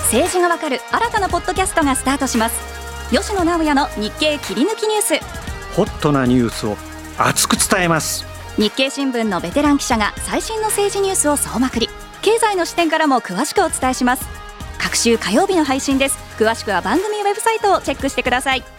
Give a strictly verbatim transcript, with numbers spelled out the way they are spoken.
政治がわかる新たなポッドキャストがスタートします。吉野直也の日経切り抜きニュース。 ホットなニュースを熱く伝えます。 日経新聞のベテラン記者が最新の政治ニュースを総まくり、経済の視点からも詳しくお伝えします。各週火曜日の配信です。詳しくは番組ウェブサイトをチェックしてください。